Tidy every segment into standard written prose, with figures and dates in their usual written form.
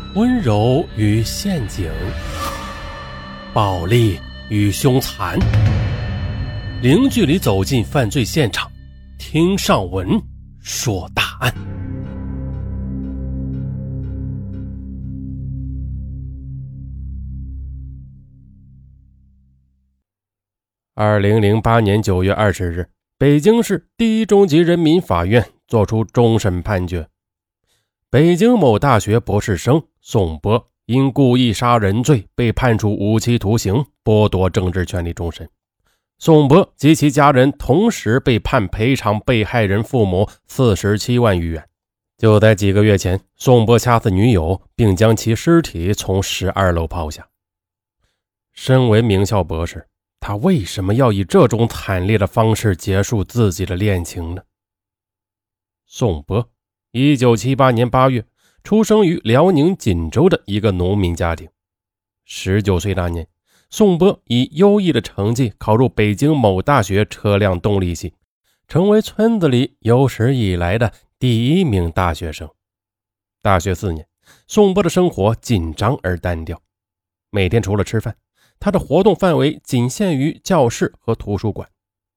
温柔与陷阱，暴力与凶残，零距离走进犯罪现场，听上文说大案。2008年9月20日，北京市第一中级人民法院作出终审判决。北京某大学博士生宋波因故意杀人罪被判处无期徒刑，剥夺政治权利终身。宋波及其家人同时被判赔偿被害人父母47万余元。就在几个月前，宋波掐死女友，并将其尸体从12楼抛下。身为名校博士，他为什么要以这种惨烈的方式结束自己的恋情呢？宋波1978年8月出生于辽宁锦州的一个农民家庭。19岁那年，宋波以优异的成绩考入北京某大学车辆动力系，成为村子里有史以来的第1名大学生。大学4年，宋波的生活紧张而单调，每天除了吃饭，他的活动范围仅限于教室和图书馆。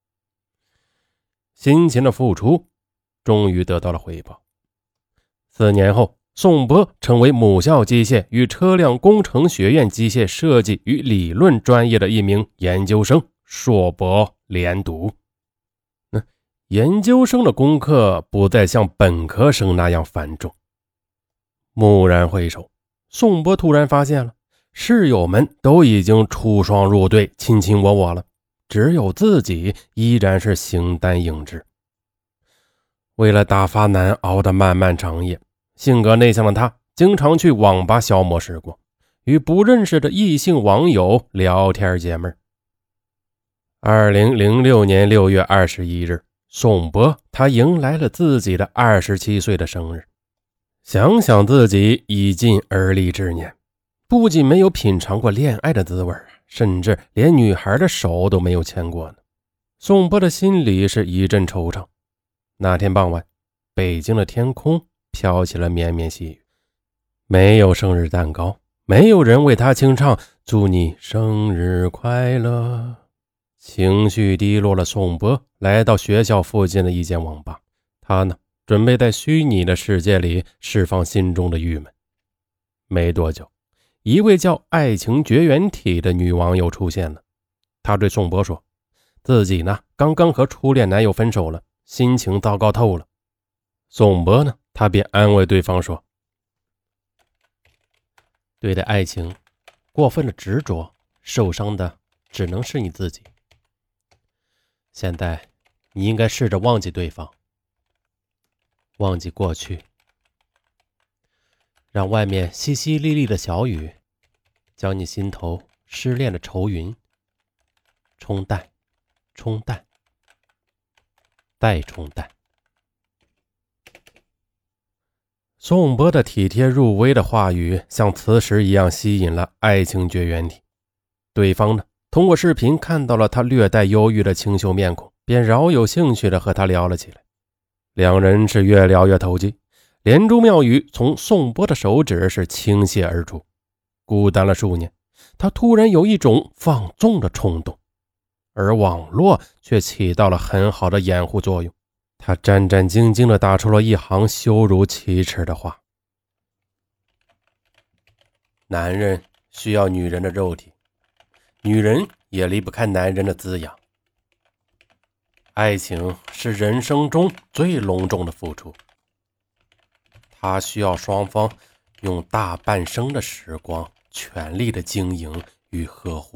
辛勤的付出终于得到了回报。4年后，宋波成为母校机械与车辆工程学院机械设计与理论专业的一名研究生，硕博连读。研究生的功课不再像本科生那样繁重。蓦然回首，宋波突然发现了，室友们都已经出双入对，卿卿我我了，只有自己依然是形单影只。为了打发难熬的漫漫长夜，性格内向的他经常去网吧消磨时光，与不认识的异性网友聊天解闷。2006年6月21日，宋波他迎来了自己的27岁的生日。想想自己已近而立之年，不仅没有品尝过恋爱的滋味，甚至连女孩的手都没有牵过呢。宋波的心里是一阵惆怅。那天傍晚，北京的天空飘起了绵绵细雨，没有生日蛋糕，没有人为他清唱祝你生日快乐。情绪低落的宋波来到学校附近的一间网吧，他呢，准备在虚拟的世界里释放心中的郁闷。没多久，一位叫爱情绝缘体的女网友出现了。她对宋波说，自己呢，刚刚和初恋男友分手了，心情糟糕透了。宋波呢，他便安慰对方说，对待爱情过分的执着，受伤的只能是你自己。现在你应该试着忘记对方，忘记过去，让外面淅淅沥沥的小雨将你心头失恋的愁云冲淡，冲淡，再冲淡。宋波的体贴入微的话语像磁石一样吸引了爱情绝缘体。对方呢，通过视频看到了他略带忧郁的清秀面孔，便饶有兴趣地和他聊了起来。两人是越聊越投机，连珠妙语从宋波的手指是倾泻而出。孤单了数年，他突然有一种放纵的冲动，而网络却起到了很好的掩护作用。他战战兢兢地打出了一行羞辱启齿的话：男人需要女人的肉体，女人也离不开男人的滋养。爱情是人生中最隆重的付出，它需要双方用大半生的时光全力的经营与呵护。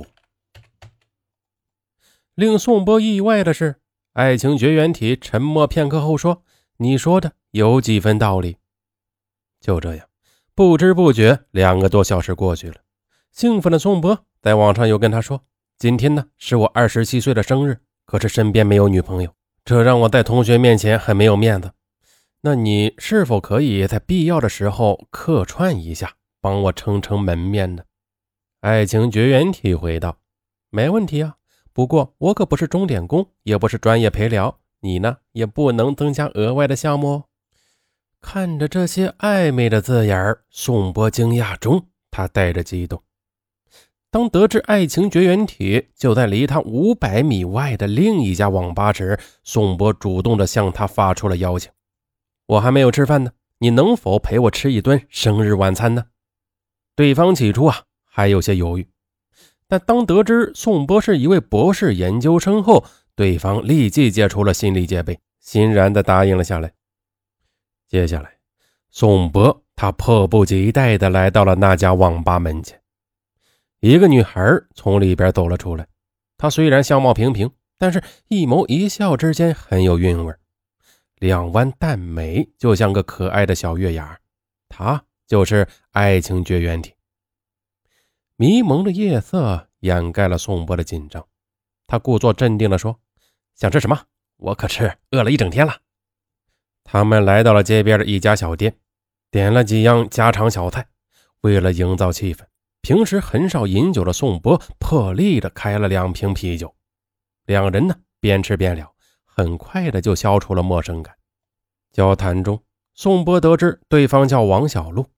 令宋波意外的是，爱情绝缘体沉默片刻后说，你说的有几分道理。就这样，不知不觉2个多小时过去了。兴奋的宋波在网上又跟他说，今天呢，是我27岁的生日，可是身边没有女朋友，这让我在同学面前很没有面子。那你是否可以在必要的时候客串一下，帮我撑撑门面呢？爱情绝缘体回道，没问题啊，不过我可不是钟点工，也不是专业陪聊，你呢也不能增加额外的项目哦。 看着这些暧昧的字眼，宋波惊讶中他带着激动。当得知爱情绝缘体就在离他500米外的另一家网吧时，宋波主动地向他发出了邀请。我还没有吃饭呢，你能否陪我吃一顿生日晚餐呢？对方起初还有些犹豫，但当得知宋波是一位博士研究生后，对方立即解除了心理戒备，欣然地答应了下来。接下来，宋波他迫不及待地来到了那家网吧门前。一个女孩从里边走了出来，她虽然相貌平平，但是一眸一笑之间很有韵味，两弯淡眉就像个可爱的小月牙，她就是爱情绝缘体。迷蒙的夜色掩盖了宋波的紧张，他故作镇定地说：想吃什么？我可是饿了一整天了。他们来到了街边的一家小店，点了几样家常小菜。为了营造气氛，平时很少饮酒的宋波破例的开了2瓶啤酒。两人呢边吃边聊，很快的就消除了陌生感。交谈中，宋波得知对方叫王小璐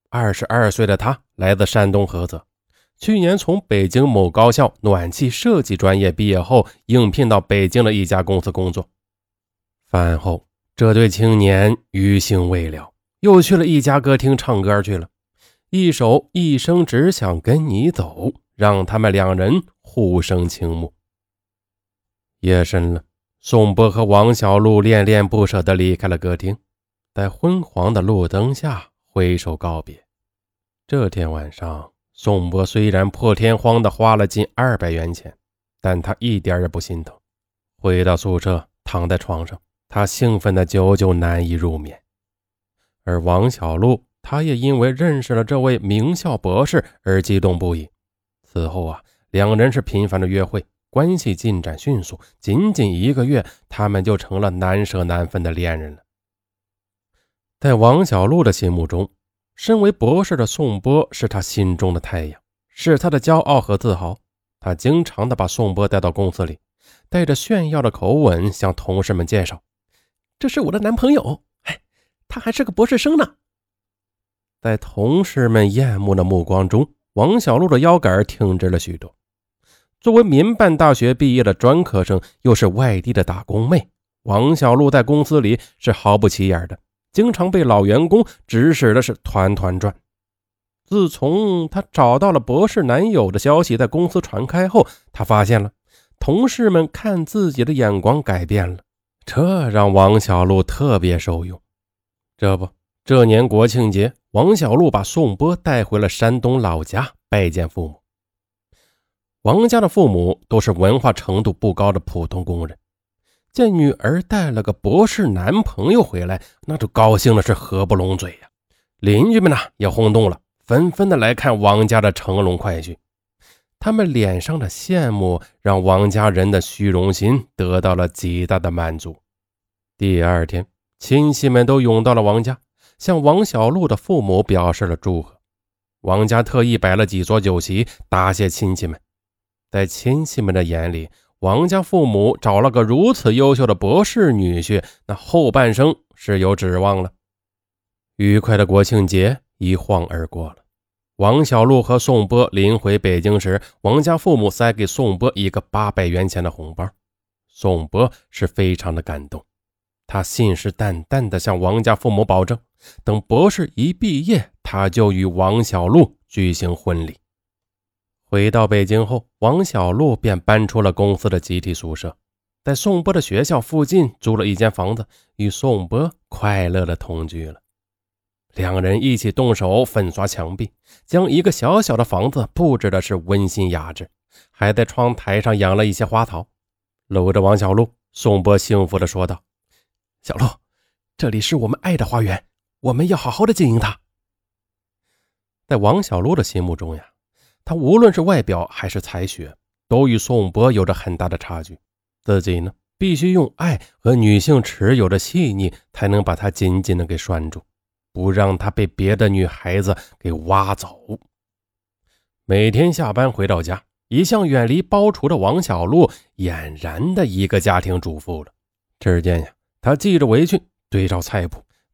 ，22岁的他来自山东菏泽，去年从北京某高校暖气设计专业毕业后，应聘到北京的一家公司工作。饭后，这对青年余兴未了，又去了一家歌厅唱歌去了，一首《一生只想跟你走》让他们两人互生倾慕。夜深了，宋波和王小璐恋恋不舍地离开了歌厅，在昏黄的路灯下挥手告别。这天晚上，宋波虽然破天荒地花了近200元钱，但他一点也不心疼。回到宿舍，躺在床上，他兴奋得久久难以入眠。而王小璐，他也因为认识了这位名校博士而激动不已。此后两人是频繁的约会，关系进展迅速，仅仅1个月，他们就成了难舍难分的恋人了。在王小璐的心目中，身为博士的宋波是他心中的太阳，是他的骄傲和自豪。他经常的把宋波带到公司里，带着炫耀的口吻向同事们介绍：这是我的男朋友，他还是个博士生呢。在同事们艳目的目光中，王小璐的腰杆挺直了许多。作为民办大学毕业的专科生，又是外地的打工妹，王小璐在公司里是毫不起眼的，经常被老员工指使的是团团转。自从她找到了博士男友的消息在公司传开后，她发现了同事们看自己的眼光改变了，这让王小璐特别受用。这年国庆节，王小璐把宋波带回了山东老家拜见父母。王家的父母都是文化程度不高的普通工人，见女儿带了个博士男朋友回来，那就高兴的是合不拢嘴呀。邻居们也轰动了，纷纷的来看王家的乘龙快婿。他们脸上的羡慕让王家人的虚荣心得到了极大的满足。第二天，亲戚们都涌到了王家，向王小璐的父母表示了祝贺。王家特意摆了几桌酒席答谢亲戚们。在亲戚们的眼里，王家父母找了个如此优秀的博士女婿，那后半生是有指望了。愉快的国庆节一晃而过了。王小璐和宋波临回北京时，王家父母塞给宋波一个800元钱的红包。宋波是非常的感动，他信誓旦旦地向王家父母保证，等博士一毕业，他就与王小璐举行婚礼。回到北京后，王小璐便搬出了公司的集体宿舍，在宋波的学校附近租了一间房子，与宋波快乐地同居了。两人一起动手粉刷墙壁，将一个小小的房子布置的是温馨雅致，还在窗台上养了一些花草。搂着王小璐，宋波幸福地说道：小璐，这里是我们爱的花园，我们要好好的经营它。在王小璐的心目中他无论是外表还是才学，都与宋波有着很大的差距。自己呢，必须用爱和女性持有的细腻，才能把他紧紧的给拴住，不让他被别的女孩子给挖走。每天下班回到家，一向远离包厨的王小璐俨然的一个家庭主妇了。只见他系着围裙，对照菜谱，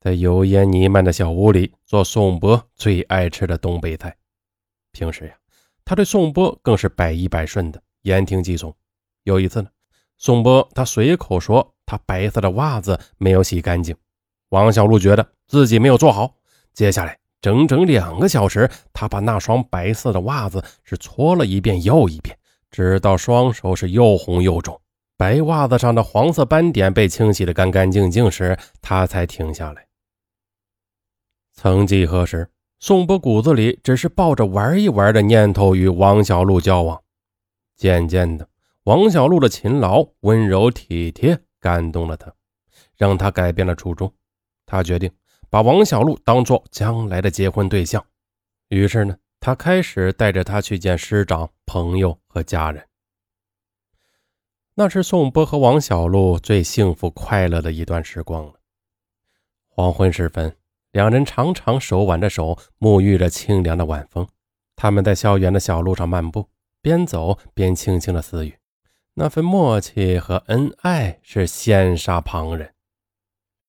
在油烟弥漫的小屋里做宋波最爱吃的东北菜。平时呀，他对宋波更是百依百顺的，言听计从。有一次呢，宋波他随口说他白色的袜子没有洗干净，王小璐觉得自己没有做好，接下来整整2个小时，他把那双白色的袜子是搓了一遍又一遍，直到双手是又红又肿，白袜子上的黄色斑点被清洗得干干净净时，他才停下来。曾几何时，宋波骨子里只是抱着玩一玩的念头与王小璐交往。渐渐的，王小璐的勤劳、温柔、体贴感动了他，让他改变了初衷。他决定把王小璐当作将来的结婚对象。于是呢，他开始带着她去见师长、朋友和家人。那是宋波和王小璐最幸福快乐的一段时光了。黄昏时分，两人常常手挽着手，沐浴着清凉的晚风。他们在校园的小路上漫步，边走边轻轻的私语，那份默契和恩爱是羡煞旁人。